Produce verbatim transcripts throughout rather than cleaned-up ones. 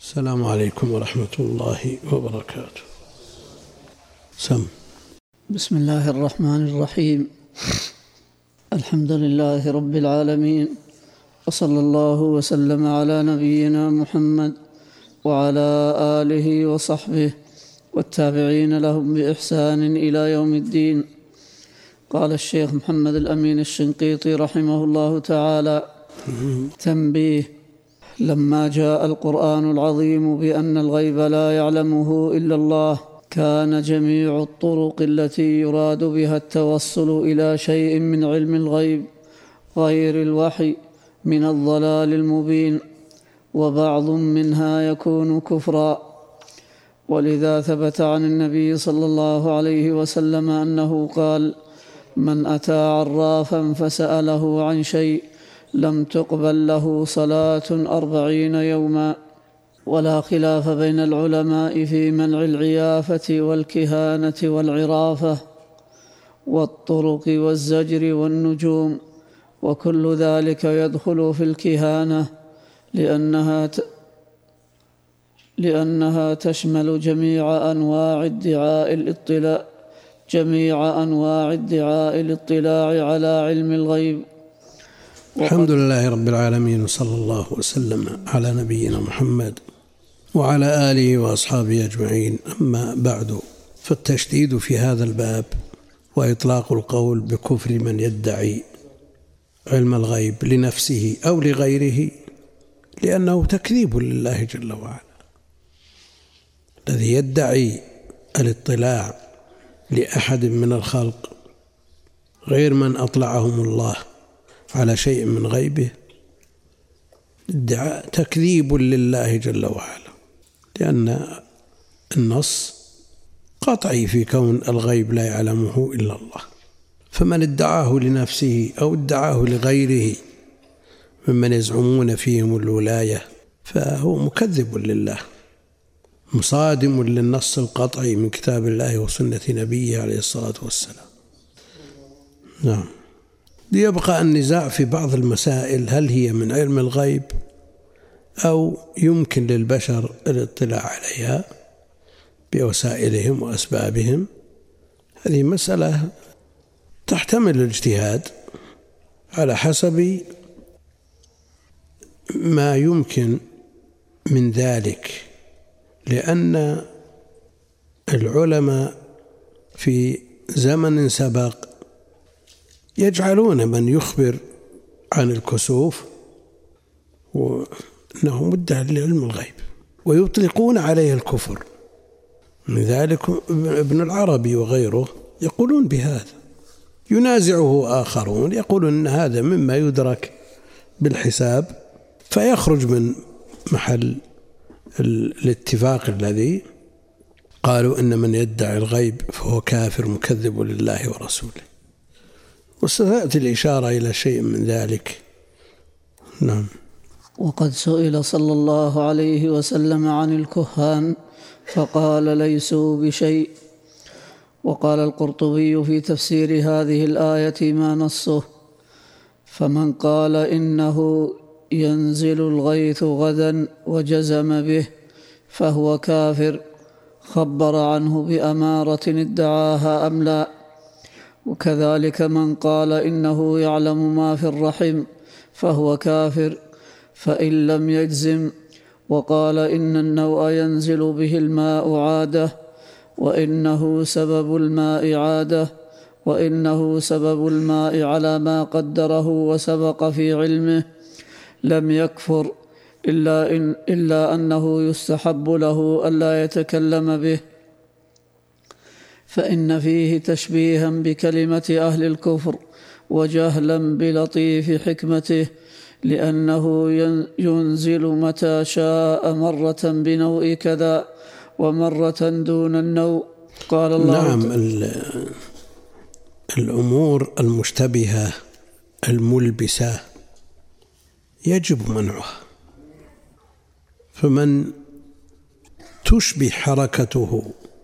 السلام عليكم ورحمة الله وبركاته. سم. بسم الله الرحمن الرحيم. الحمد لله رب العالمين، وصلى الله وسلم على نبينا محمد وعلى آله وصحبه والتابعين لهم بإحسان إلى يوم الدين. قال الشيخ محمد الأمين الشنقيطي رحمه الله تعالى: تنبيه: لما جاء القرآن العظيم بأن الغيب لا يعلمه إلا الله، كان جميع الطرق التي يراد بها التوصل إلى شيء من علم الغيب غير الوحي من الضلال المبين، وبعض منها يكون كفرا. ولذا ثبت عن النبي صلى الله عليه وسلم أنه قال: من أتى عرافا فسأله عن شيء لم تقبل له صلاة أربعين يوما. ولا خلاف بين العلماء في منع العيافة والكهانة والعرافة والطرق والزجر والنجوم، وكل ذلك يدخل في الكهانة لأنها ت... لأنها تشمل جميع أنواع ادعاء الاطلاع جميع أنواع ادعاء الاطلاع على علم الغيب. الحمد لله رب العالمين، وصلى الله وسلم على نبينا محمد وعلى آله وأصحابه أجمعين. أما بعد، فالتشديد في هذا الباب وإطلاق القول بكفر من يدعي علم الغيب لنفسه أو لغيره، لأنه تكذيب لله جل وعلا. الذي يدعي الاطلاع لأحد من الخلق غير من أطلعهم الله على شيء من غيبه ادعاء تكذيب لله جل وعلا، لأن النص قطعي في كون الغيب لا يعلمه إلا الله. فمن ادعاه لنفسه أو ادعاه لغيره ممن يزعمون فيهم الولاية فهو مكذب لله، مصادم للنص القطعي من كتاب الله وسنة نبيه عليه الصلاة والسلام. نعم. ليبقى النزاع في بعض المسائل: هل هي من علم الغيب أو يمكن للبشر الاطلاع عليها بوسائلهم وأسبابهم؟ هذه مسألة تحتمل الاجتهاد على حسب ما يمكن من ذلك، لأن العلماء في زمن سبق يجعلون من يخبر عن الكسوف وأنه مدعي لعلم الغيب ويطلقون عليه الكفر. من ذلك ابن العربي وغيره يقولون بهذا، ينازعه آخرون يقولون أن هذا مما يدرك بالحساب، فيخرج من محل الاتفاق الذي قالوا أن من يدعي الغيب فهو كافر مكذب لله ورسوله. وستأتي الإشارة إلى شيء من ذلك. نعم. وقد سئل صلى الله عليه وسلم عن الكهان فقال: ليسوا بشيء. وقال القرطبي في تفسير هذه الآية ما نصه: فمن قال إنه ينزل الغيث غدا وجزم به فهو كافر، خبر عنه بأمارة ادعاها أم لا. وكذلك من قال إنه يعلم ما في الرحم فهو كافر فإن لم يجزم، وقال إن النوء ينزل به الماء عادة وإنه سبب الماء عادة وإنه سبب الماء على ما قدره وسبق في علمه، لم يكفر إلا, إن إلا أنه يستحب له ألا يتكلم به، فإن فيه تشبيها بكلمة أهل الكفر وجهلا بلطيف حكمته، لأنه ينزل متى شاء مرة بنوء كذا ومرة دون النوء. قال الله نعم. الأمور المشتبهة الملبسة يجب منعها، فمن تشبه حركته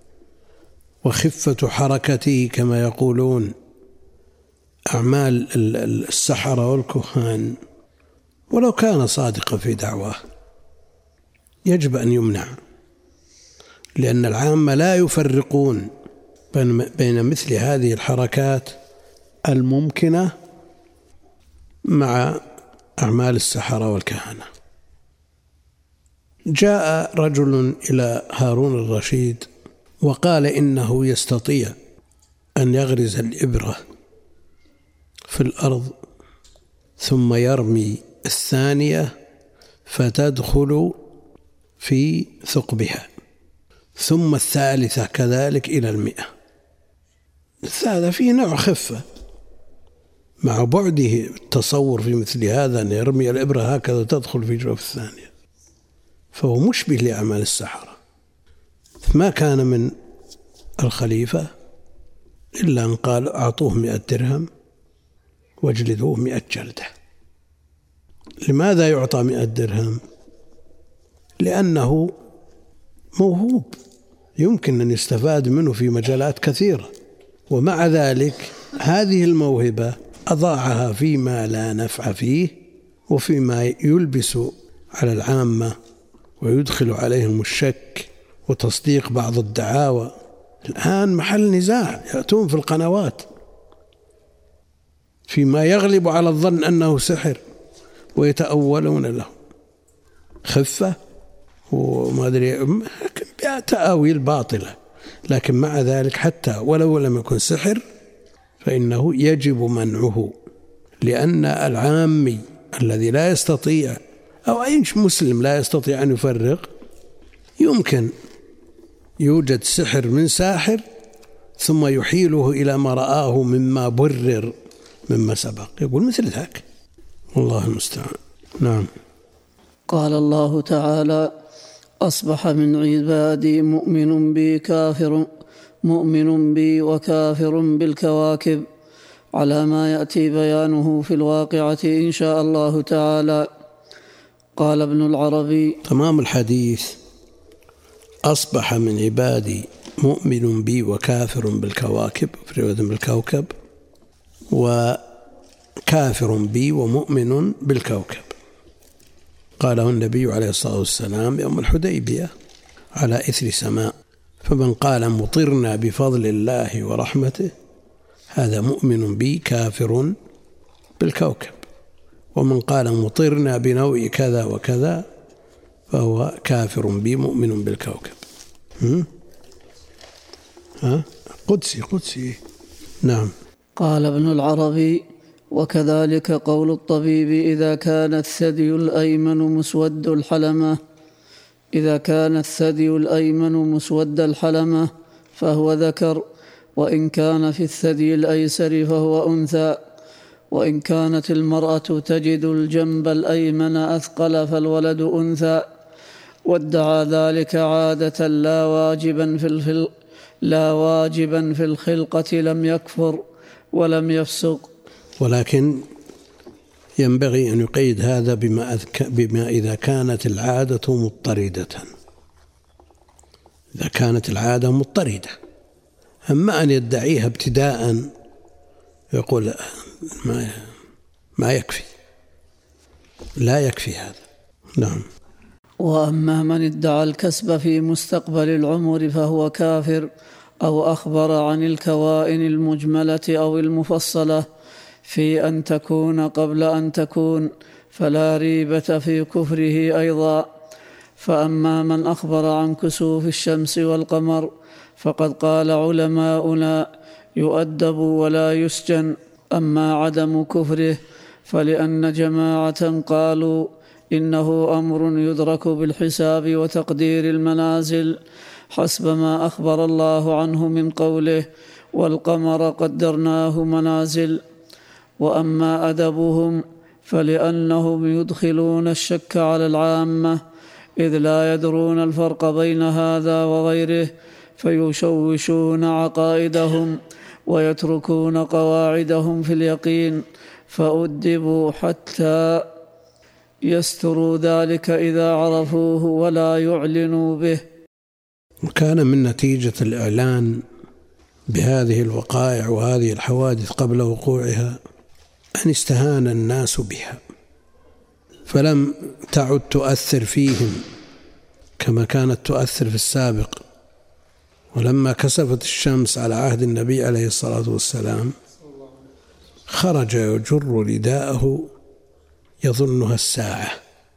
وخفة حركته كما يقولون أعمال السحرة والكهان، ولو كان صادقا في دعواه، يجب أن يمنع، لأن العامة لا يفرقون بين مثل هذه الحركات الممكنة مع أعمال السحرة والكهنة. جاء رجل إلى هارون الرشيد وقال إنه يستطيع أن يغرز الإبرة في الأرض ثم يرمي الثانية فتدخل في ثقبها، ثم الثالثة كذلك إلى المئة. هذا فيه نوع خفة مع بعده التصور في مثل هذا، أن يرمي الإبرة هكذا تدخل في جوف الثانية، فهو مشبه لأعمال السحرة. ما كان من الخليفة إلا أن قال أعطوه مئة درهم واجلدوه مئة جلدة. لماذا يعطى مئة درهم؟ لأنه موهوب يمكن أن يستفاد منه في مجالات كثيرة، ومع ذلك هذه الموهبة أضاعها فيما لا نفع فيه وفيما يلبس على العامة ويدخل عليهم الشك وتصديق بعض الدعاوى. الآن محل نزاع، يأتون في القنوات فيما يغلب على الظن أنه سحر ويتأولون له خفة وما أدري تأويل باطلة. لكن مع ذلك حتى ولو لم يكن سحر فإنه يجب منعه، لأن العامي الذي لا يستطيع أو أي مسلم لا يستطيع أن يفرق، يمكن يوجد سحر من ساحر ثم يحيله إلى ما رآه مما برر مما سبق، يقول مثل ذاك، والله المستعان. نعم. قال الله تعالى: أصبح من عبادي مؤمن بي كافر مؤمن بي وكافر بالكواكب، على ما يأتي بيانه في الواقعة إن شاء الله تعالى. قال ابن العربي: تمام الحديث: أصبح من عبادي مؤمن بي وكافر بالكواكب، في رواية بالكوكب، وكافر بي ومؤمن بالكوكب. قاله النبي عليه الصلاة والسلام يوم الحديبية على إثر سماء، فمن قال مطرنا بفضل الله ورحمته هذا مؤمن بي كافر بالكوكب، ومن قال مطرنا بنوء كذا وكذا فهو كافر بي مؤمن بالكوكب. ها قدسي قدسي. نعم. قال ابن العربي: وكذلك قول الطبيب إذا كان الثدي الأيمن مسود الحلمة إذا كان الثدي الأيمن مسود الحلمة فهو ذكر، وإن كان في الثدي الأيسر فهو أنثى، وإن كانت المرأة تجد الجنب الأيمن أثقل فالولد أنثى. وادعى ذلك عادة لا واجبا في الخلق لا واجبا في الخلقة لم يكفر ولم يفسق. ولكن ينبغي أن يقيد هذا بما, بما إذا كانت العادة مضطردة. إذا كانت العادة مضطردة، أما أن يدعيها ابتداء يقول ما ما يكفي، لا يكفي هذا. نعم. وأما من ادعى الكسب في مستقبل العمر فهو كافر، أو أخبر عن الكوائن المجملة أو المفصلة في أن تكون قبل أن تكون، فلا ريبة في كفره أيضا. فأما من أخبر عن كسوف الشمس والقمر فقد قال علماؤنا يؤدب ولا يسجن. أما عدم كفره فلأن جماعة قالوا إنه أمر يدرك بالحساب وتقدير المنازل حسب ما أخبر الله عنه من قوله: والقمر قدرناه منازل. وأما أدبهم فلأنهم يدخلون الشك على العامة، إذ لا يدرون الفرق بين هذا وغيره، فيشوشون عقائدهم ويتركون قواعدهم في اليقين، فأدبوا حتى يستروا ذلك إذا عرفوه ولا يعلنوا به. وكان من نتيجة الإعلان بهذه الوقائع وهذه الحوادث قبل وقوعها أن استهان الناس بها، فلم تعد تؤثر فيهم كما كانت تؤثر في السابق. ولما كسفت الشمس على عهد النبي عليه الصلاة والسلام خرج يجر رداءه يظنها الساعة.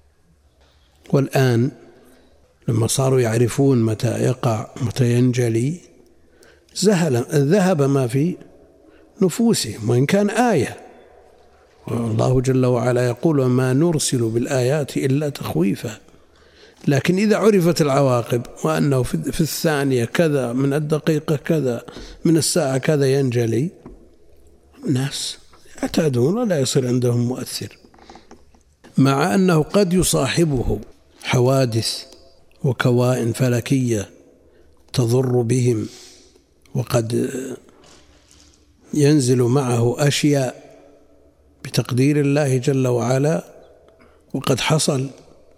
والآن لما صاروا يعرفون متى يقع متى ينجلي ذهب ما في نفوسهم، وإن كان آية. والله جل وعلا يقول: وما نرسل بالآيات إلا تخويفا. لكن إذا عرفت العواقب وأنه في الثانية كذا من الدقيقة كذا من الساعة كذا ينجلي، الناس يعتادون ولا يصير عندهم مؤثر، مع أنه قد يصاحبه حوادث وكوائن فلكية تضر بهم، وقد ينزل معه أشياء بتقدير الله جل وعلا. وقد حصل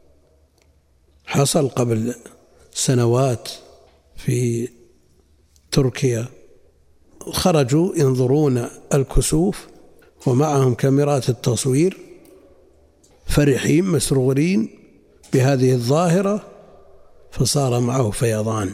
حصل قبل سنوات في تركيا، خرجوا ينظرون الكسوف ومعهم كاميرات التصوير، فرحين مسرورين بهذه الظاهرة، فصار معه فيضان.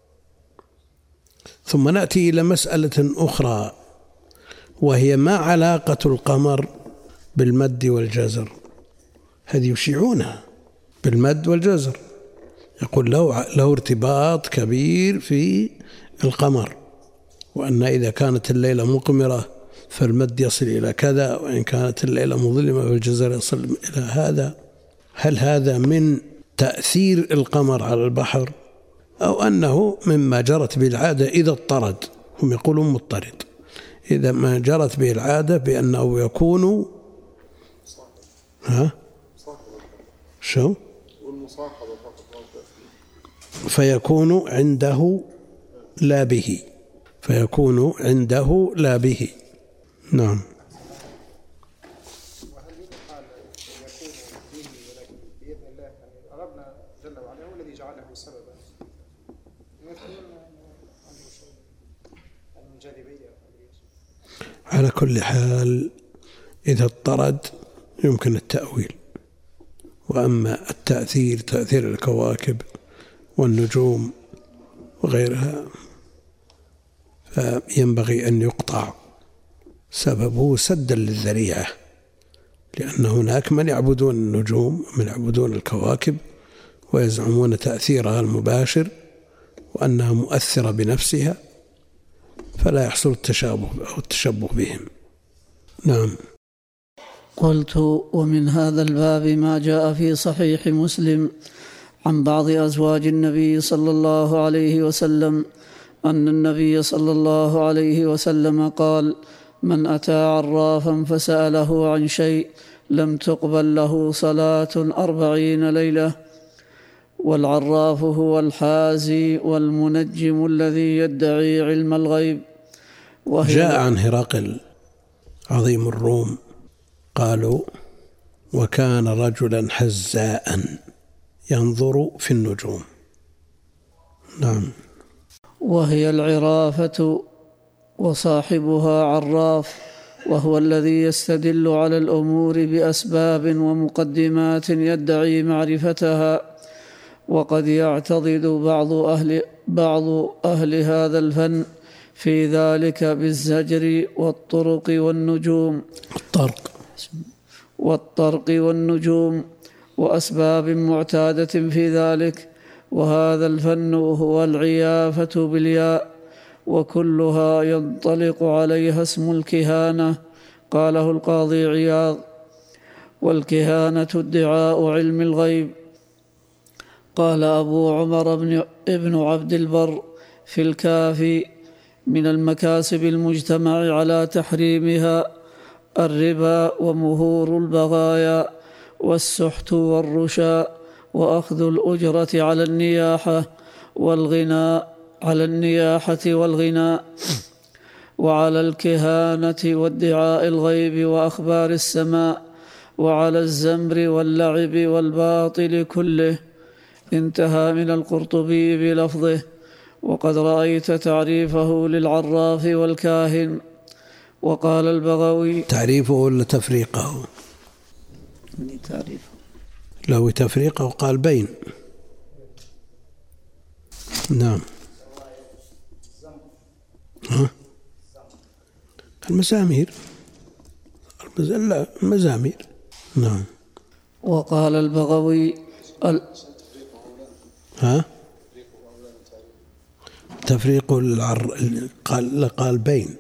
ثم نأتي إلى مسألة أخرى، وهي ما علاقة القمر بالمد والجزر. هذه يشيعونها بالمد والجزر، يقول له له ارتباط كبير في القمر، وأن إذا كانت الليلة مقمرة فالمد يصل إلى كذا، وإن كانت الليلة مظلمة فالجزر يصل إلى هذا. هل هذا من تأثير القمر على البحر، أو أنه مما جرت به العادة إذا اضطرد؟ هم يقولون مضطرد، إذا ما جرت به العادة بأنه يكون ها شو فيكون عنده لا به فيكون عنده لا به. نعم. وهل يقال يكون به ولكن بإذن الله، يعني ربنا جل وعلا هو الذي جعله سببا، يكون عنده شيء من جاذبية. على كل حال إذا اضطرد يمكن التأويل، وأما التأثير تأثير الكواكب والنجوم وغيرها فينبغي أن يقطع سببه سدا للذريعة، لأن هناك من يعبدون النجوم ومن يعبدون الكواكب ويزعمون تأثيرها المباشر وأنها مؤثرة بنفسها، فلا يحصل التشابه أو التشبه بهم. نعم. قلت: ومن هذا الباب ما جاء في صحيح مسلم عن بعض أزواج النبي صلى الله عليه وسلم أن النبي صلى الله عليه وسلم قال: من أتى عرافا فسأله عن شيء لم تقبل له صلاة أربعين ليلة. والعراف هو الحازي والمنجم الذي يدعي علم الغيب. جاء عن هرقل عظيم الروم قالوا: وكان رجلا حزاء ينظر في النجوم. نعم. وهي العرافة وصاحبها عراف، وهو الذي يستدل على الأمور بأسباب ومقدمات يدعي معرفتها. وقد يعتضد بعض أهل, بعض أهل هذا الفن في ذلك بالزجر والطرق والنجوم الطرق والطرق والنجوم وأسباب معتادة في ذلك. وهذا الفن هو العيافة بالياء، وكلها ينطلق عليها اسم الكهانة، قاله القاضي عياض. والكهانة ادعاء علم الغيب. قال أبو عمر بن عبد البر في الكافي: من المكاسب المجتمع على تحريمها الربا ومهور البغايا والسحت والرشا وأخذ الأجرة على النياحة والغناء على النياحة والغناء وعلى الكهانة وادعاء الغيب وأخبار السماء وعلى الزمر واللعب والباطل كله. انتهى من القرطبي بلفظه. وقد رأيت تعريفه للعراف والكاهن. وقال البغوي: تعريفه ولا تفريقه؟ تعريفه. لو تفريقه قال بين نعم. ها؟ المزامير. لا، المزامير. نعم. وقال البغوي ال... ها؟ تفريق العر قال قال بين.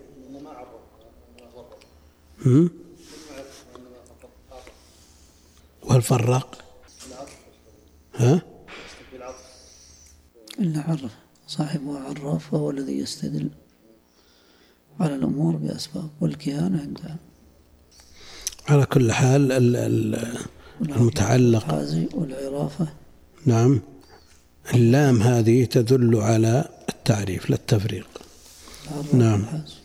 هم؟ والفراق. ها؟ إلا عرف صاحبه عراف وهو الذي يستدل على الأمور بأسباب والكهانة عندها. على كل حال المتعلق والعرافة. نعم. اللام هذه تدل على التعريف لا التفريق. نعم.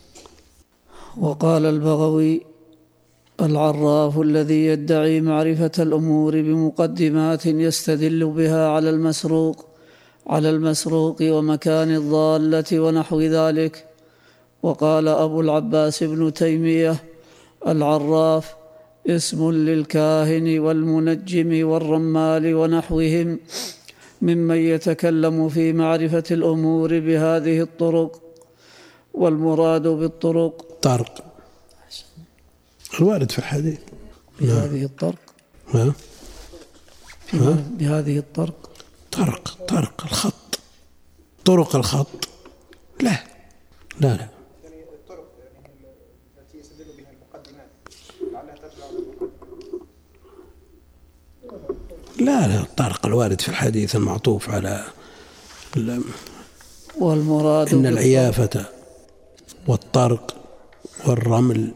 وقال البغوي العراف الذي يدعي معرفة الأمور بمقدمات يستدل بها على المسروق على المسروق ومكان الضالة ونحو ذلك. وقال أبو العباس ابن تيمية العراف اسم للكاهن والمنجم والرمال ونحوهم ممن يتكلم في معرفة الأمور بهذه الطرق. والمراد بالطرق طرق الوارد في الحديث بهذه الطرق. ها؟ ها؟ بهذه الطرق طرق طرق الخط طرق الخط لا لا لا يعني الطرق يعني التي يستدل بها المقدمات لعلها ترجع لا لا الطرق الوارد في الحديث المعطوف على والمراد إن العيافة والطرق والرمل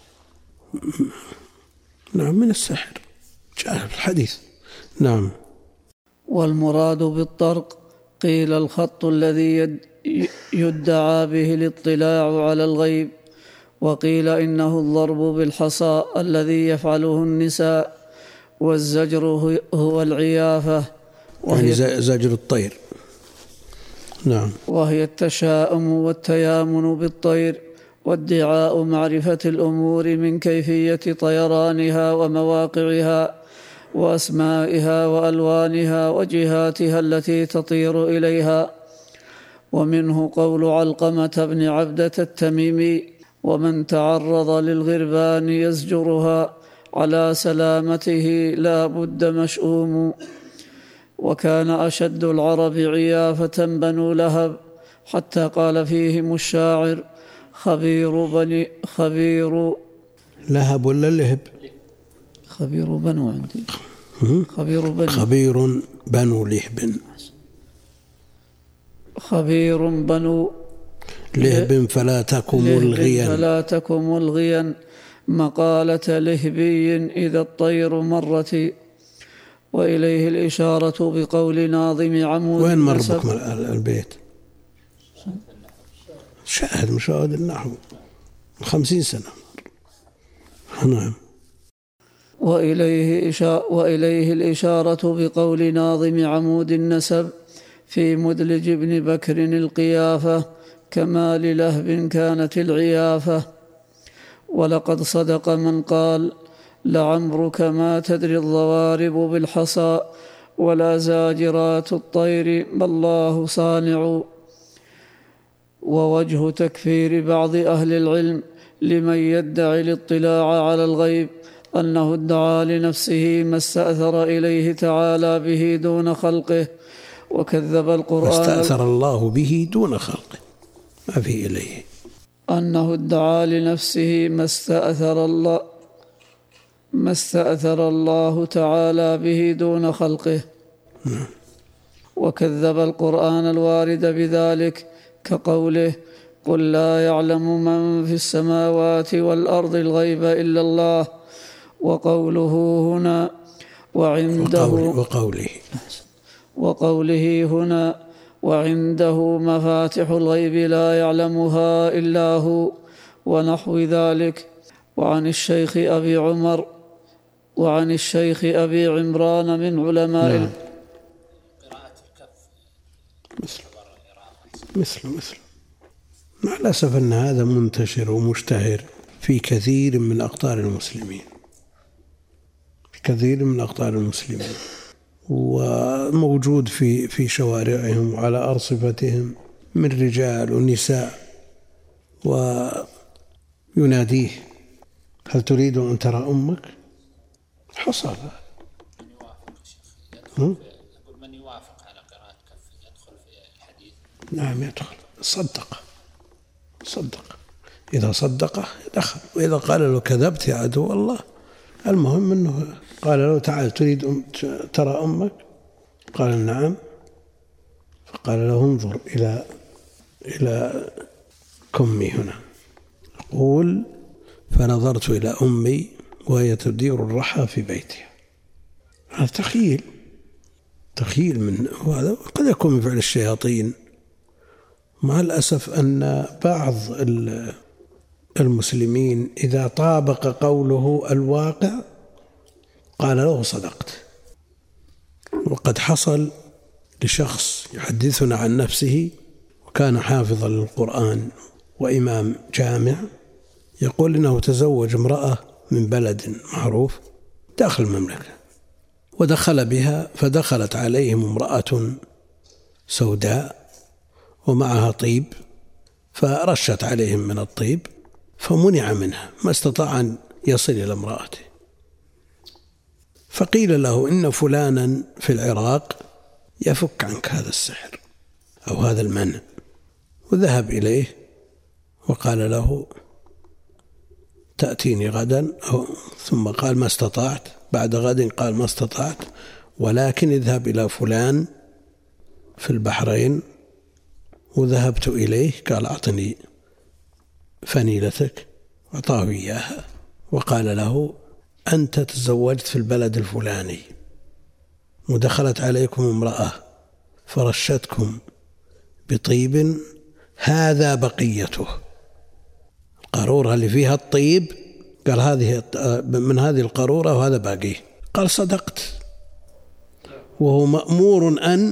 نعم من السحر جاء في الحديث. نعم. والمراد بالطرق قيل الخط الذي يدعى به الاطلاع على الغيب، وقيل إنه الضرب بالحصى الذي يفعله النساء، والزجر هو العيافة يعني زجر الطير. نعم. وهي التشاؤم والتيامن بالطير، وادعاء معرفة الأمور من كيفية طيرانها ومواقعها وأسمائها وألوانها وجهاتها التي تطير إليها. ومنه قول علقمة بن عبدة التميمي: ومن تعرض للغربان يزجرها على سلامته لا بد مشؤوم. وكان أشد العرب عيافة بنو لهب، حتى قال فيهم الشاعر: خبير بني خبير لهب ولا لهب؟ خبير بنو عندي خبير بنو خبير بنو لهب خبير بنو لهب فلا تكم الغيا فلا تكم الغيا مقالة لهبي إذا الطير مرت. وإليه الإشارة بقول ناظم عمود. وين مر بكم البيت؟ شاهد مشاهد النحو خمسين سنة. نعم. وإليه, وإليه الإشارة بقول ناظم عمود النسب في مدلج بن بكر القيافة: كما للهب كانت العيافة. ولقد صدق من قال: لعمرك ما تدري الضوارب بالحصى ولا زاجرات الطير ما الله صانع. ووجه تكفير بعض أهل العلم لمن يدعي الاطلاع على الغيب أنه ادعى لنفسه ما استأثر إليه تعالى به دون خلقه، وكذب القرآن. ما استأثر الله به دون خلقه ما في إليه. أنه ادعى لنفسه ما استأثر الله ما استأثر الله تعالى به دون خلقه، وكذب القرآن الوارد بذلك كقوله: قل لا يعلم من في السماوات والأرض الغيب إلا الله. وقوله هنا وعنده وقوله وقوله هنا وعنده مفاتح الغيب لا يعلمها إلا هو ونحو ذلك. وعن الشيخ أبي عمر وعن الشيخ أبي عمران من علماء نعم. قراءة الكف مثل مثل مثل مع الأسف أن هذا منتشر ومشتهر في كثير من أقطار المسلمين في كثير من أقطار المسلمين وموجود في في شوارعهم وعلى أرصفتهم من رجال ونساء، ويناديه: هل تريد أن ترى أمك؟ حصل. من يوافق على قراءة كف يدخل في الحديث؟ نعم يدخل. صدق صدق إذا صدقه دخل، وإذا قال له كذبت يا عدو الله. المهم أنه قال له: تعال تريد أم ترى أمك؟ قال: نعم. فقال له: انظر إلى إلى كمي هنا. يقول: فنظرت إلى أمي وهي تدير الرحى في بيتها. هذا تخيل تخيل من هذا قد يكون من فعل الشياطين. مع الأسف أن بعض المسلمين إذا طابق قوله الواقع قال له: صدقت. وقد حصل لشخص يحدثنا عن نفسه وكان حافظا للقرآن وإمام جامع، يقول إنه تزوج امرأة من بلد معروف داخل المملكة، ودخل بها، فدخلت عليهم امرأة سوداء ومعها طيب، فرشت عليهم من الطيب فمنع منها، ما استطاع أن يصل إلى امرأته. فقيل له: إن فلانا في العراق يفك عنك هذا السحر أو هذا المنع. وذهب إليه وقال له: تأتيني غدا. ثم قال: ما استطعت. بعد غد قال: ما استطعت، ولكن اذهب إلى فلان في البحرين. وذهبت إليه، قال: أعطني فنيلتك، أعطاه إياها، وقال له: أنت تزوجت في البلد الفلاني ودخلت عليكم امرأة فرشتكم بطيب، هذا بقيته، القارورة اللي فيها الطيب، قال: هذه من هذه القارورة وهذا باقيه. قال: صدقت. وهو مأمور أن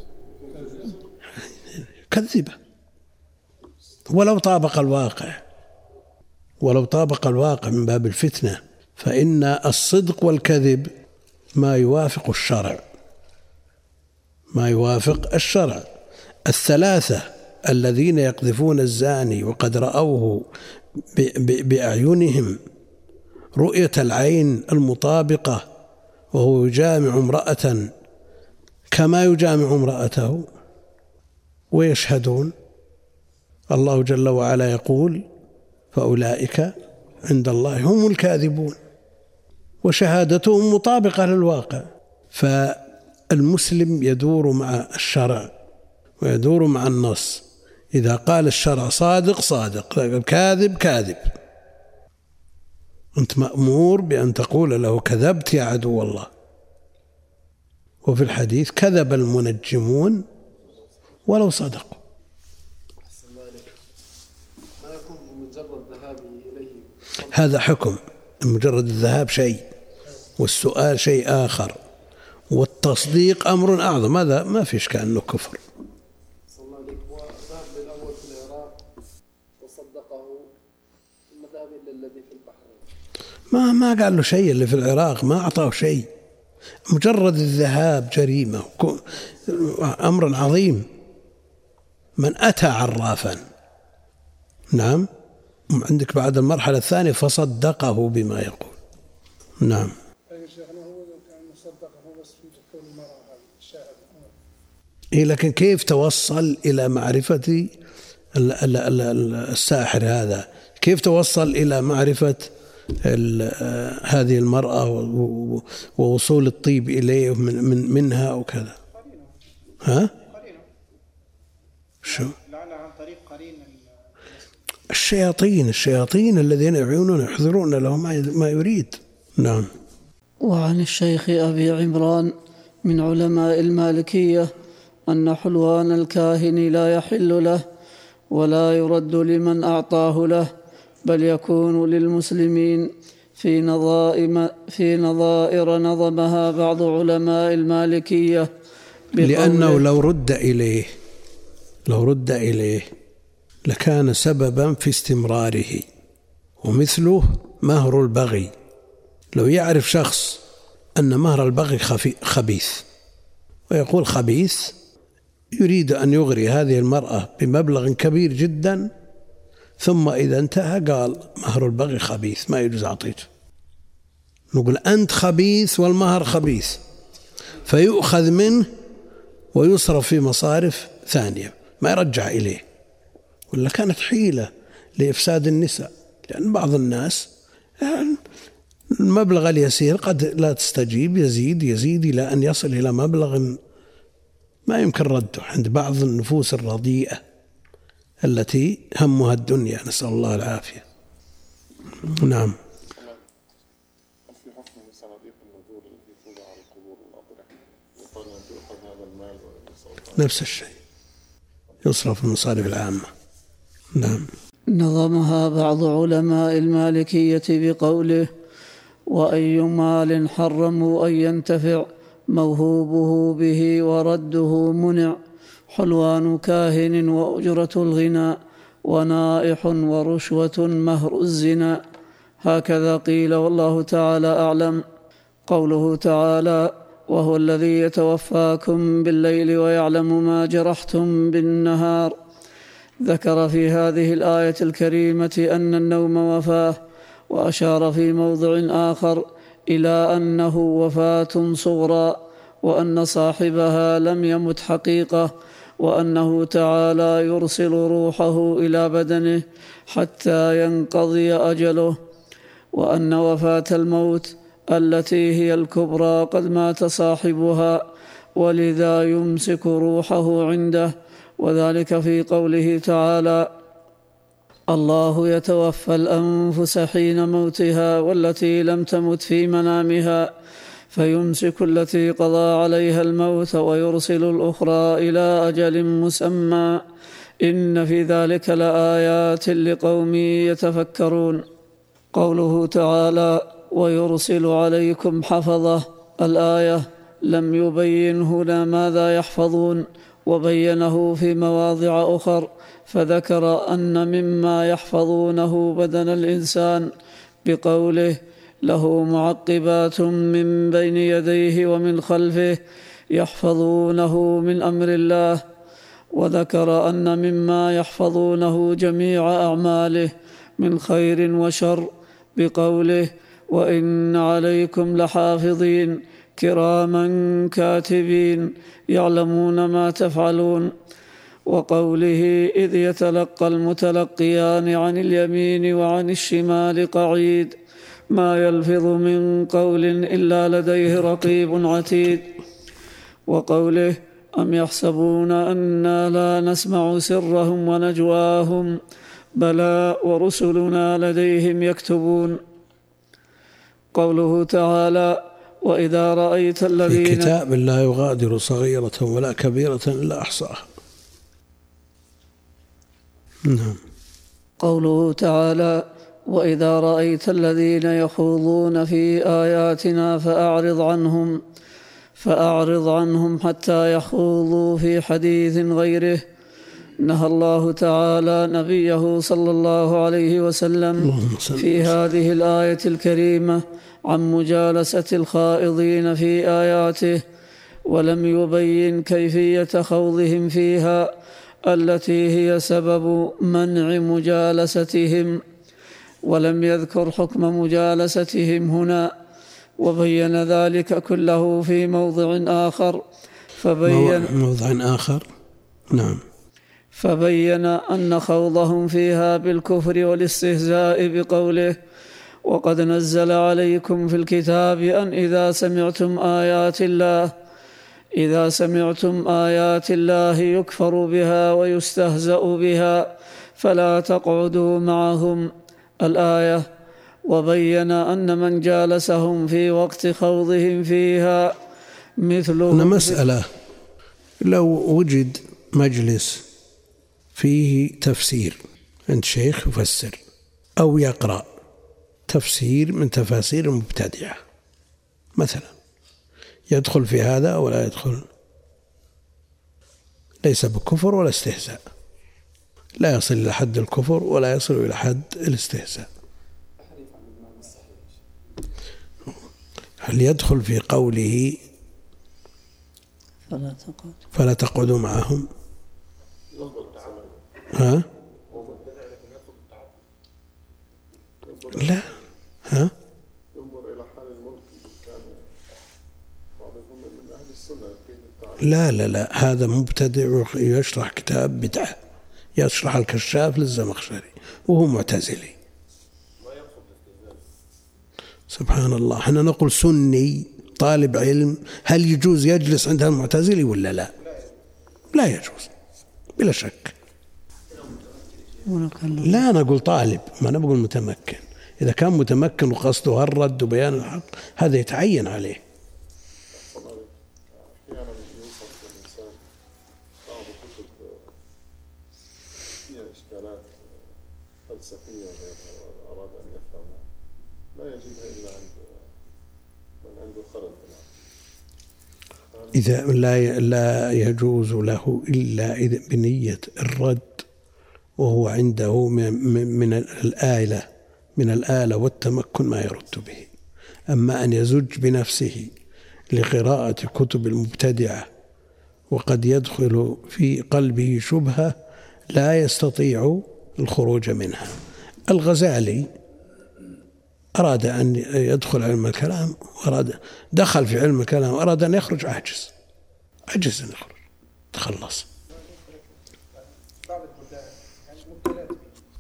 كذبه ولو طابق الواقع، ولو طابق الواقع من باب الفتنة، فإن الصدق والكذب ما يوافق الشرع، ما يوافق الشرع. الثلاثة الذين يقذفون الزاني وقد رأوه بأعينهم رؤية العين المطابقة وهو يجامع امرأة كما يجامع امرأته ويشهدون، الله جل وعلا يقول: فأولئك عند الله هم الكاذبون، وشهادتهم مطابقة للواقع. فالمسلم يدور مع الشرع ويدور مع النص، إذا قال الشرع صادق صادق، كاذب كاذب. أنت مأمور بأن تقول له: كذبت يا عدو الله. وفي الحديث: كذب المنجمون ولو صدقوا. هذا حكم، مجرد الذهاب شيء، والسؤال شيء آخر، والتصديق أمر أعظم. هذا ما فيش كأنه كفر. ما ما قال له شيء اللي في العراق، ما أعطاه شيء، مجرد الذهاب جريمة، أمر عظيم. من أتى عرافا، نعم، عندك بعد المرحلة الثانية فصدقه بما يقول. نعم. إيه، لكن كيف توصل إلى معرفة الساحر هذا؟ كيف توصل إلى معرفة هذه المرأة ووصول الطيب إليه من من منها وكذا؟ ها؟ شو؟ الشياطين الشياطين الذين يعينون يحضرون له ما يريد. نعم. وعن الشيخ أبي عمران من علماء المالكية أن حلوان الكاهن لا يحل له ولا يرد لمن أعطاه له، بل يكون للمسلمين في نظائم في نظائر نظمها بعض علماء المالكية، لأنه لو رد إليه لو رد إليه لكان سببا في استمراره. ومثله مهر البغي، لو يعرف شخص أن مهر البغي خبيث ويقول خبيث، يريد أن يغري هذه المرأة بمبلغ كبير جدا، ثم إذا انتهى قال مهر البغي خبيث ما يجوز أعطيته. نقول أنت خبيث والمهر خبيث، فيؤخذ منه ويصرف في مصارف ثانية ما يرجع إليه. ولا كانت حيلة لإفساد النساء، لأن بعض الناس يعني المبلغ اليسير قد لا تستجيب، يزيد يزيد إلى أن يصل إلى مبلغ ما يمكن رده عند بعض النفوس الرديئة التي همها الدنيا، نسأل الله العافية. نعم. نفس الشيء يصرف المصارف العامة. نعم. نظمها بعض علماء المالكية بقوله: وأي مال حرموا أن ينتفع موهوبه به ورده منع، حلوان كاهن وأجرة الغناء ونائح ورشوة مهر الزنا. هكذا قيل والله تعالى أعلم. قوله تعالى: وهو الذي يتوفاكم بالليل ويعلم ما جرحتم بالنهار، ذكر في هذه الآية الكريمة أن النوم وفاة، وأشار في موضع آخر إلى أنه وفاة صغرى، وأن صاحبها لم يمت حقيقة، وأنه تعالى يرسل روحه إلى بدنه حتى ينقضي أجله، وأن وفاة الموت التي هي الكبرى قد مات صاحبها، ولذا يمسك روحه عنده، وذلك في قوله تعالى: الله يتوفى الأنفس حين موتها والتي لم تمت في منامها فيمسك التي قضى عليها الموت ويرسل الأخرى إلى أجل مسمى، إن في ذلك لآيات لقوم يتفكرون. قوله تعالى: ويرسل عليكم حفظة، الآية لم يبين هنا ماذا يحفظون، وبينه في مواضع أخر، فذكر أن مما يحفظونه بدن الإنسان بقوله: له معقبات من بين يديه ومن خلفه يحفظونه من أمر الله، وذكر أن مما يحفظونه جميع أعماله من خير وشر بقوله: وإن عليكم لحافظين كراما كاتبين يعلمون ما تفعلون. وقوله: إذ يتلقى المتلقيان عن اليمين وعن الشمال قعيد ما يلفظ من قول إلا لديه رقيب عتيد. وقوله: أم يحسبون أنا لا نسمع سرهم ونجواهم بلى ورسلنا لديهم يكتبون. قوله تعالى: وإذا رأيت الذين في كتاب لا يغادر صغيرة ولا كبيرة إلا أحصاها. نعم. قوله تعالى: وإذا رأيت الذين يخوضون في آياتنا فأعرض عنهم فأعرض عنهم حتى يخوضوا في حديث غيره. نهى الله تعالى نبيه صلى الله عليه وسلم في هذه الآية الكريمة عن مجالسة الخائضين في آياته، ولم يبين كيفية خوضهم فيها التي هي سبب منع مجالستهم، ولم يذكر حكم مجالستهم هنا، وبين ذلك كله في موضع آخر فبين موضع آخر نعم فبين أن خوضهم فيها بالكفر والاستهزاء بقوله: وقد نزل عليكم في الكتاب أن إذا سمعتم آيات الله إذا سمعتم آيات الله يكفر بها ويستهزأ بها فلا تقعدوا معهم، الآية. وبين أن من جالسهم في وقت خوضهم فيها مثلهم. مسألة: لو وجد مجلس فيه تفسير عند شيخ يفسر أو يقرأ تفسير من تفاسير المبتدعة مثلا، يدخل في هذا ولا يدخل؟ ليس بكفر ولا استهزاء، لا يصل إلى حد الكفر ولا يصل إلى حد الاستهزاء. هل يدخل في قوله فلا تقعد فلا تقعدوا معهم. ها؟ لا. ها؟ لا لا لا، هذا مبتدع يشرح كتاب بدعة، يشرح الكشاف للزمخشري وهو معتزلي. سبحان الله. احنا نقول سني طالب علم، هل يجوز يجلس عند المعتزلي ولا لا؟ لا يجوز بلا شك. لا، أنا أقول طالب، ما أنا بقول متمكن. إذا كان متمكن وقصده الرد وبيان الحق هذا يتعين عليه. إذا لا لا يجوز له إلا إذا بنية الرد، وهو عنده من من الآلة من الآلة والتمكن ما يرد به. أما أن يزج بنفسه لقراءة كتب المبتدعة وقد يدخل في قلبه شبهة لا يستطيع الخروج منها. الغزالي أراد أن يدخل علم الكلام، وأراد دخل في علم الكلام وأراد أن يخرج، عجز عجز أن يخرج، تخلص. بعض البلدان يعني مبتلات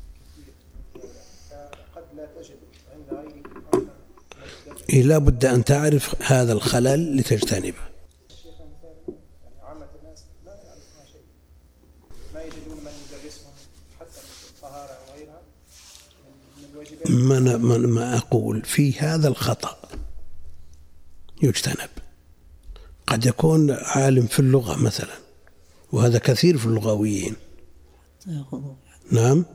قد لا تجد عند غيره. لا بد أن تعرف هذا الخلل لتجتنبه. يعني عامة الناس لا يعرفون شيء، ما يجدون من يدرسهم حتى في الطهارة وغيرها من الواجبات. ما ما ما أقول في هذا الخطأ يجتنب. قد يكون عالم في اللغة مثلا، وهذا كثير في اللغويين، نعم،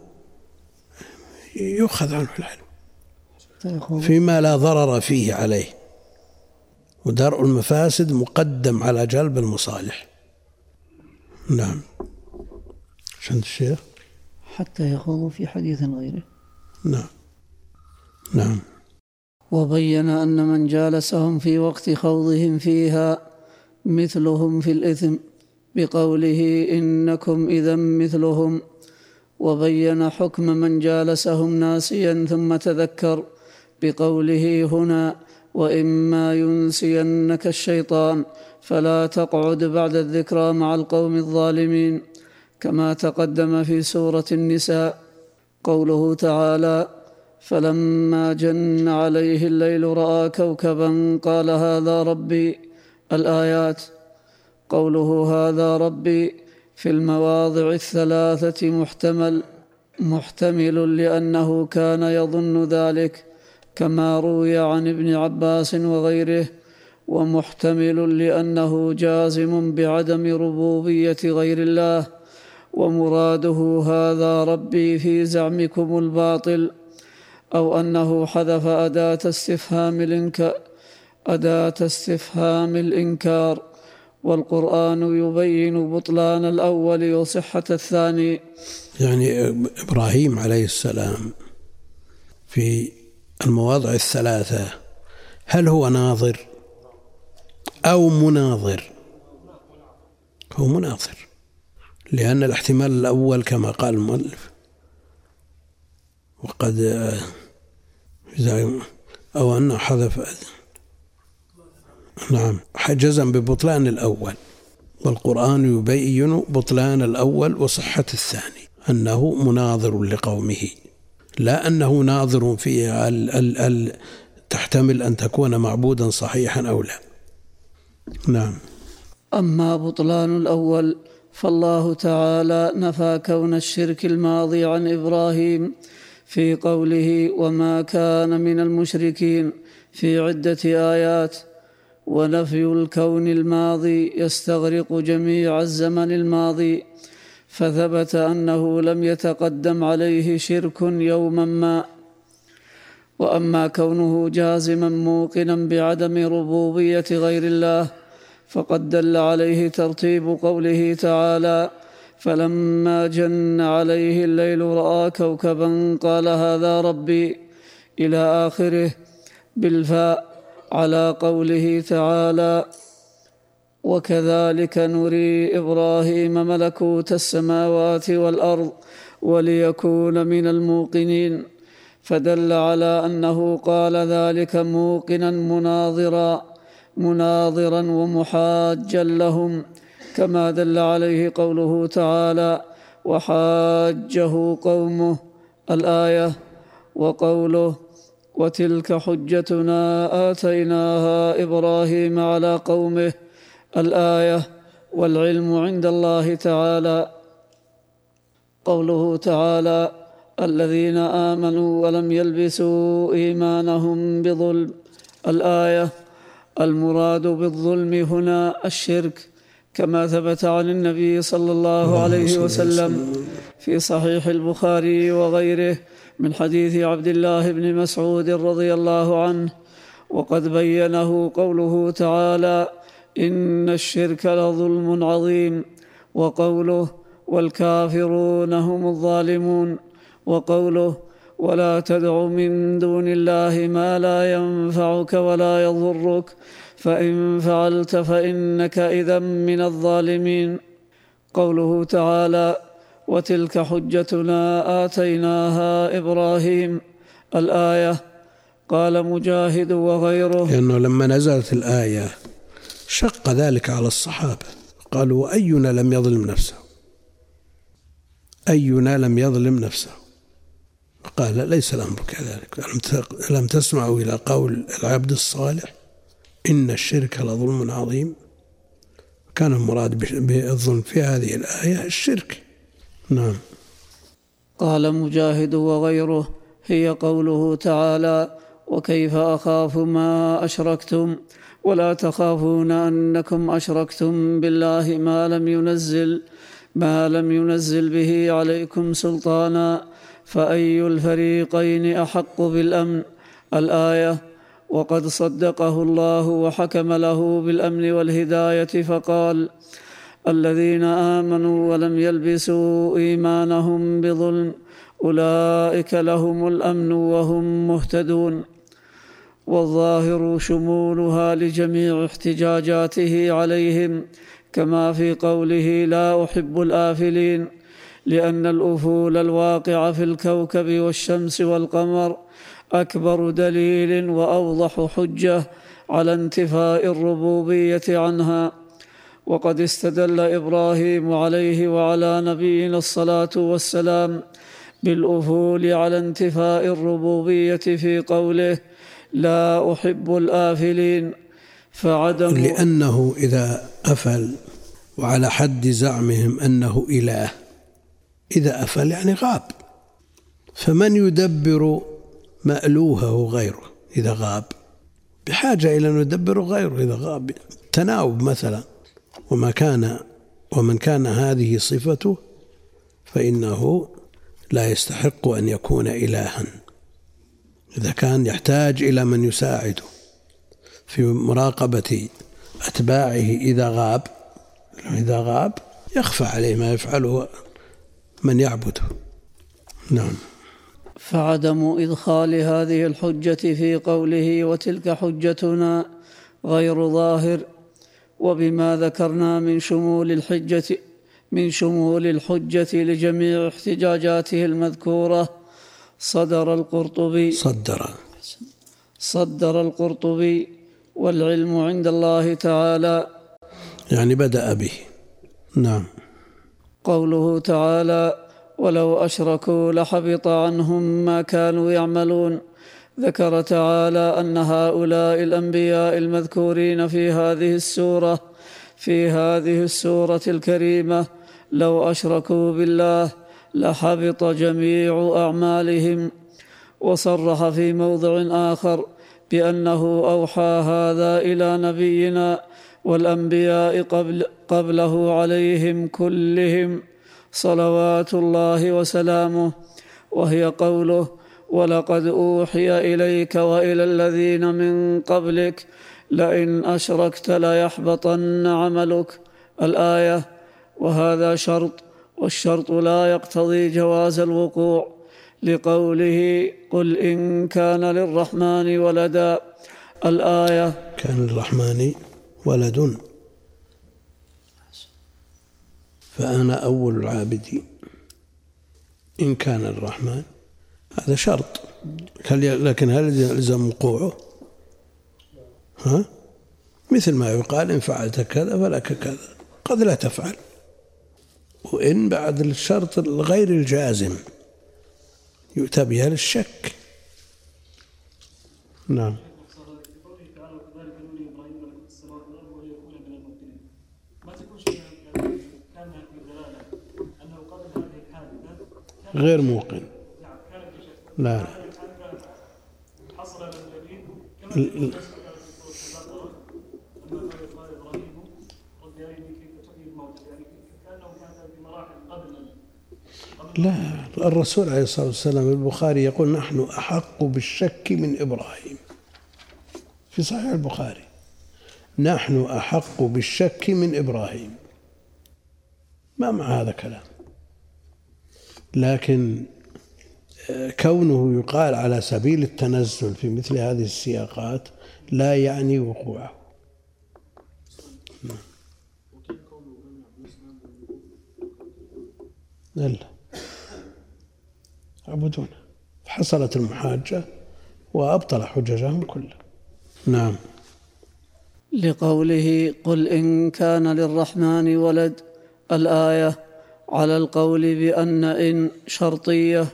يؤخذ عنه العلم فيما لا ضرر فيه عليه، ودرء المفاسد مقدم على جلب المصالح. نعم. شند الشيخ حتى يخوضوا في حديث غيره. نعم نعم. وبين أن من جالسهم في وقت خوضهم فيها مثلهم في الإثم بقوله إنكم إذا مثلهم. وبين حكم من جالسهم ناسيا ثم تذكر بقوله هنا وإما ينسينك الشيطان فلا تقعد بعد الذكرى مع القوم الظالمين، كما تقدم في سورة النساء. قوله تعالى فلما جن عليه الليل رأى كوكبا قال هذا ربي، الآيات. قوله هذا ربي في المواضع الثلاثة محتمل محتمل لأنه كان يظن ذلك كما روي عن ابن عباس وغيره، ومحتمل لأنه جازم بعدم ربوبية غير الله، ومراده هذا ربي في زعمكم الباطل، أو أنه حذف أداة استفهام الإنكار أداة استفهام الإنكار والقرآن يبين بطلان الأول وصحة الثاني. يعني إبراهيم عليه السلام في المواضع الثلاثة هل هو ناظر أو مناظر؟ هو مناظر، لأن الاحتمال الأول كما قال المؤلف وقد أو أنه حذف، نعم، جزم ببطلان الأول، والقرآن يبين بطلان الأول وصحة الثاني، أنه مناظر لقومه، لا أنه ناظر فيها ال ال ال تحتمل أن تكون معبودا صحيحا أو لا. نعم. أما بطلان الأول فالله تعالى نفى كون الشرك الماضي عن إبراهيم في قوله وما كان من المشركين في عدة آيات، ونفي الكون الماضي يستغرق جميع الزمن الماضي، فثبت أنه لم يتقدم عليه شرك يوما ما. وأما كونه جازما موقنا بعدم ربوبية غير الله فقد دل عليه ترتيب قوله تعالى فلما جن عليه الليل رأى كوكبا قال هذا ربي إلى آخره بالفاء، على قوله تعالى وكذلك نري إبراهيم ملكوت السماوات والأرض وليكون من الموقنين، فدل على أنه قال ذلك موقنا مناظرا مناظرا ومحاجا لهم، كما دل عليه قوله تعالى: وحاجه قومه الآية، وقوله: وتلك حجتنا آتيناها إبراهيم على قومه الآية، والعلم عند الله تعالى. قوله تعالى: الذين آمنوا ولم يلبسوا إيمانهم بظلم الآية، المراد بالظلم هنا الشرك، كما ثبت عن النبي صلى الله عليه وسلم في صحيح البخاري وغيره من حديث عبد الله بن مسعود رضي الله عنه، وقد بينه قوله تعالى: إن الشرك لظلم عظيم، وقوله: والكافرون هم الظالمون، وقوله: ولا تدع من دون الله ما لا ينفعك ولا يضرك، فإن فعلت فإنك إذا من الظالمين. قوله تعالى: وتلك حجتنا آتيناها إبراهيم الآية، قال مجاهد وغيره: لأنه لما نزلت الآية شق ذلك على الصحابة، قالوا: أينا لم يظلم نفسه أينا لم يظلم نفسه قال: ليس الأمر كذلك، ألم تسمعوا إلى قول العبد الصالح: إن الشرك لظلم عظيم. كان المراد بالظلم في هذه الآية الشرك. نعم. قال مجاهد وغيره: هي قوله تعالى: وكيف أخاف ما أشركتم ولا تخافون أنكم أشركتم بالله ما لم ينزل ما لم ينزل به عليكم سلطانا، فأي الفريقين أحق بالأمن الآية. وقد صدقه الله وحكم له بالأمن والهداية، فقال: الذين آمنوا ولم يلبسوا إيمانهم بظلم أولئك لهم الأمن وهم مهتدون. والظاهر شمولها لجميع احتجاجاته عليهم، كما في قوله: لا أحب الآفلين، لأن الأفول الواقع في الكوكب والشمس والقمر أكبر دليل وأوضح حجة على انتفاء الربوبية عنها. وقد استدل إبراهيم عليه وعلى نبينا الصلاة والسلام بالأفول على انتفاء الربوبية في قوله: لا أحب الآفلين، فعدم لأنه إذا أفل، وعلى حد زعمهم أنه إله، إذا أفل يعني غاب، فمن يدبر مألوهه غيره إذا غاب؟ بحاجة إلى أن يدبر غيره إذا غاب. تناوب مثلا، وما كان ومن كان هذه صفته فإنه لا يستحق أن يكون إلها. إذا كان يحتاج إلى من يساعده في مراقبة أتباعه إذا غاب إذا غاب يخفى عليه ما يفعله من يعبده. نعم. فعدم إدخال هذه الحجة في قوله: وتلك حجتنا غير ظاهر، وبما ذكرنا من شمول الحجة من شمول الحجة لجميع احتجاجاته المذكورة، صدر القرطبي صدر صدر القرطبي والعلم عند الله تعالى، يعني بدأ به. نعم. قوله تعالى: ولو أشركوا لحبط عنهم ما كانوا يعملون، ذكر تعالى أن هؤلاء الأنبياء المذكورين في هذه السورة في هذه السورة الكريمة لو أشركوا بالله لحبط جميع أعمالهم. وصرح في موضع آخر بأنه أوحى هذا إلى نبينا والأنبياء قبل قبله عليهم كلهم صلوات الله وسلامه، وهي قوله: ولقد أوحي إليك وإلى الذين من قبلك لئن أشركت ليحبطن عملك الآية. وهذا شرط، والشرط لا يقتضي جواز الوقوع، لقوله: قل إن كان للرحمن ولدا الآية. كان للرحمن ولد فأنا أول العابدين إن كان الرحمن، هذا شرط، لكن هل يلزم وقوعه؟ ها؟ مثل ما يقال إن فعلت كذا فلك كذا، قد لا تفعل، وإن بعد الشرط الغير الجازم يؤتى بها للشك. نعم. غير موقن. لا لا لا، الرسول عليه الصلاة والسلام البخاري يقول نحن أحق بالشك من إبراهيم، في صحيح البخاري نحن أحق بالشك من إبراهيم، ما مع هذا كلام، لكن كونه يقال على سبيل التنزل في مثل هذه السياقات لا يعني وقوعه. لا عبدون، حصلت المحاجة وأبطل حججهم كلها. نعم. لقوله قل إن كان للرحمن ولد الآية على القول بأن إن شرطية،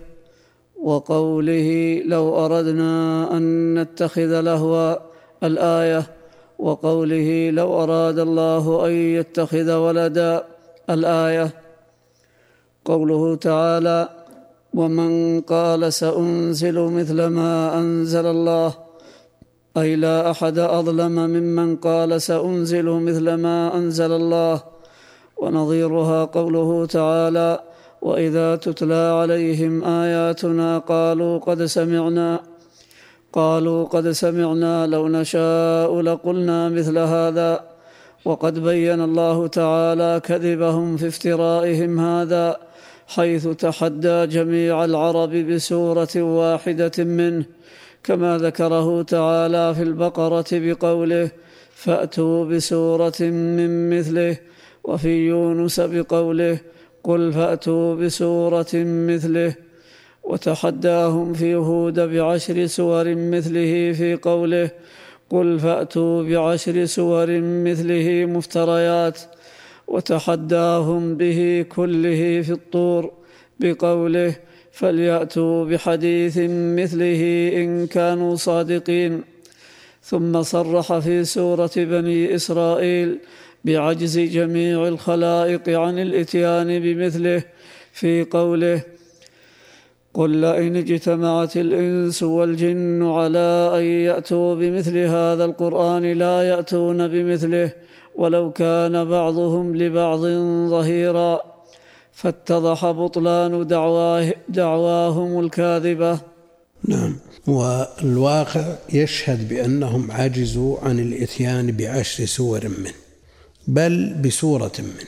وقوله لو أردنا أن نتخذ لهوا الآية، وقوله لو أراد الله أن يتخذ ولدا الآية. قوله تعالى ومن قال سأنزل مثل ما أنزل الله، أي لا أحد أظلم ممن قال سأنزل مثل ما أنزل الله. ونظيرها قوله تعالى وإذا تتلى عليهم آياتنا قالوا قد سمعنا قالوا قد سمعنا لو نشاء لقلنا مثل هذا. وقد بين الله تعالى كذبهم في افترائهم هذا، حيث تحدى جميع العرب بسورة واحدة منه، كما ذكره تعالى في البقرة بقوله فأتوا بسورة من مثله، وفي يونس بقوله قل فأتوا بسورة مثله. وتحداهم في هود بعشر سور مثله في قوله قل فأتوا بعشر سور مثله مفتريات. وتحداهم به كله في الطور بقوله فليأتوا بحديث مثله إن كانوا صادقين. ثم صرح في سورة بني إسرائيل بعجز جميع الخلائق عن الإتيان بمثله في قوله قل لئن اجتمعت الإنس والجن على أن يأتوا بمثل هذا القرآن لا يأتون بمثله ولو كان بعضهم لبعض ظهيرا. فاتضح بطلان دعواه دعواهم الكاذبة. نعم. والواقع يشهد بأنهم عجزوا عن الإتيان بعشر سور منه، بل بسورة منه.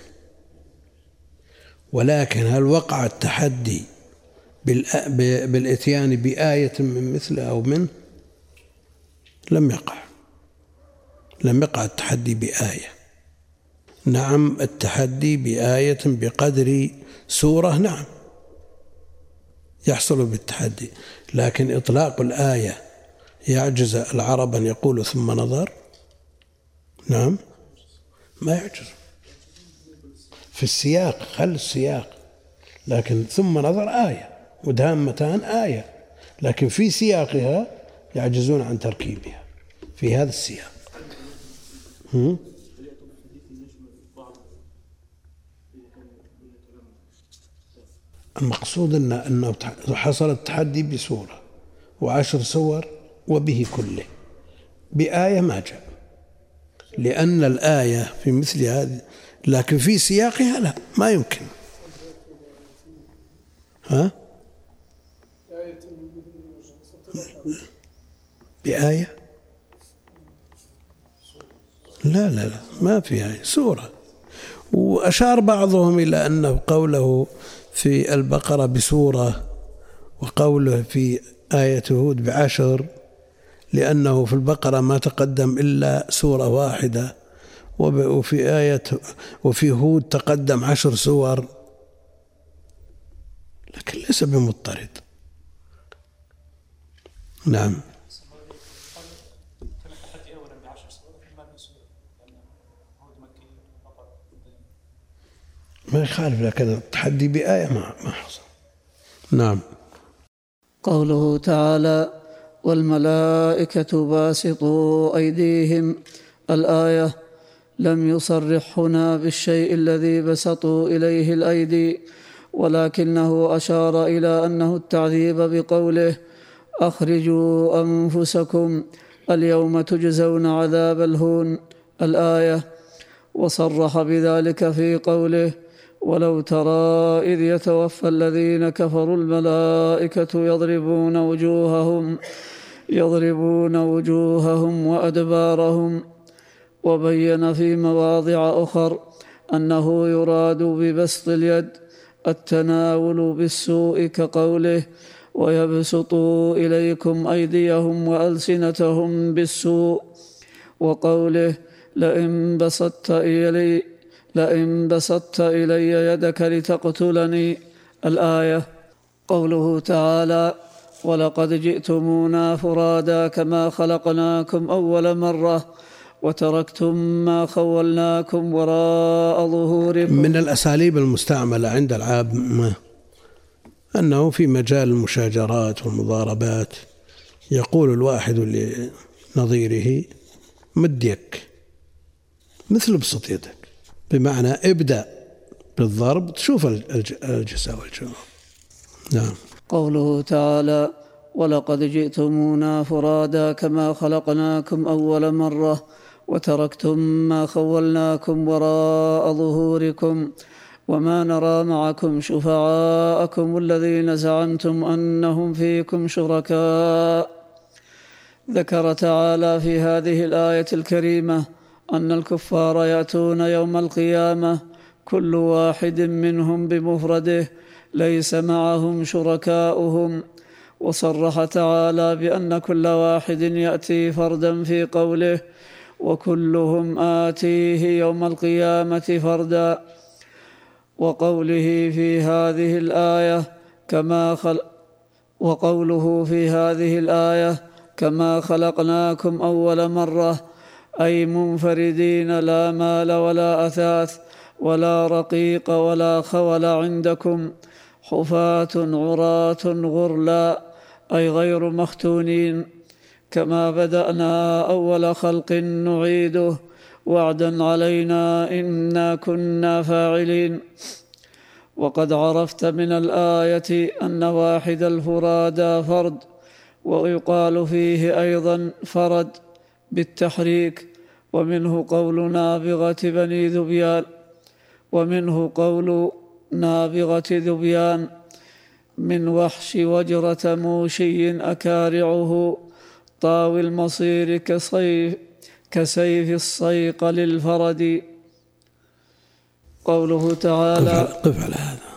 ولكن هل وقع التحدي بالإتيان بآية من مثله أو منه؟ لم يقع لم يقع التحدي بآية. نعم، التحدي بآية بقدر سورة نعم يحصل بالتحدي، لكن إطلاق الآية يعجز العرب أن يقولوا ثم نظر، نعم ما يعجز في السياق، خل السياق، لكن ثم نظر آية ودهامتان آية، لكن في سياقها يعجزون عن تركيبها في هذا السياق. هم؟ المقصود أن أنه حصل التحدي بسورة وعشر سور وبه كله، بآية ما جاء، لأن الآية في مثل هذه لكن في سياقها لا ما يمكن. ها؟ بآية لا لا لا ما في آية، سورة. وأشار بعضهم إلى أنه قوله في البقرة بسورة وقوله في آية هود بعشر، لأنه في البقرة ما تقدم إلا سورة واحدة، وفي آية وفي هود تقدم عشر سور، لكن ليس بمضطرد. نعم. ما يخالف، لكن التحدي بآية ما ما حصل. نعم. قوله تعالى: والملائكة باسطوا أيديهم، الآية. لم يصرح هنا بالشيء الذي بسطوا إليه الأيدي، ولكنه أشار إلى أنه التعذيب بقوله: أخرجوا أنفسكم اليوم تجزون عذاب الهون، الآية. وصرح بذلك في قوله: ولو ترى إذ يتوفى الذين كفروا الملائكة يضربون وجوههم يضربون وجوههم وأدبارهم. وبين في مواضع أخر أنه يراد ببسط اليد التناول بالسوء، كقوله: ويبسطوا إليكم أيديهم وألسنتهم بالسوء، وقوله: لئن بسطت إلي لئن بسطت إلي يدك لتقتلني، الآية. قوله تعالى: ولقد جئتمونا فرادا كما خلقناكم أول مرة وتركتم ما خولناكم وراء ظهوركم. من الأساليب المستعملة عند العامة أنه في مجال المشاجرات والمضاربات يقول الواحد لنظيره: مد يدك، مثل بسط يدك، بمعنى ابدأ بالضرب تشوف الجزاء والجواب. نعم. قوله تعالى: ولقد جئتمونا فرادا كما خلقناكم أول مرة وتركتم ما خولناكم وراء ظهوركم وما نرى معكم شفعاءكم الذين زعمتم أنهم فيكم شركاء. ذكر تعالى في هذه الآية الكريمة أن الكفار يأتون يوم القيامة كل واحد منهم بمفرده ليس معهم شركاؤهم، وصرح تعالى بأن كل واحد يأتي فردا في قوله: وكلهم آتيه يوم القيامة فردا. وقوله في هذه الآية كما خلق وقوله في هذه الآية كما خلقناكم أول مرة، أي منفردين لا مال ولا أثاث ولا رقيق ولا خول عندكم، حفاة عراة غرلا، أي غير مختونين. كما بدأنا أول خلق نعيده وعدا علينا إنا كنا فاعلين. وقد عرفت من الآية أن واحد الفرادى فرد، ويقال فيه أيضا فرد بالتحريك، ومنه قول نابغة بني ذبيان ومنه قول نابغة ذبيان من وحش وجرة موشي أكارعه طاوي المصير كصيف كسيف الصيق للفرد. قوله تعالى: قف على هذا.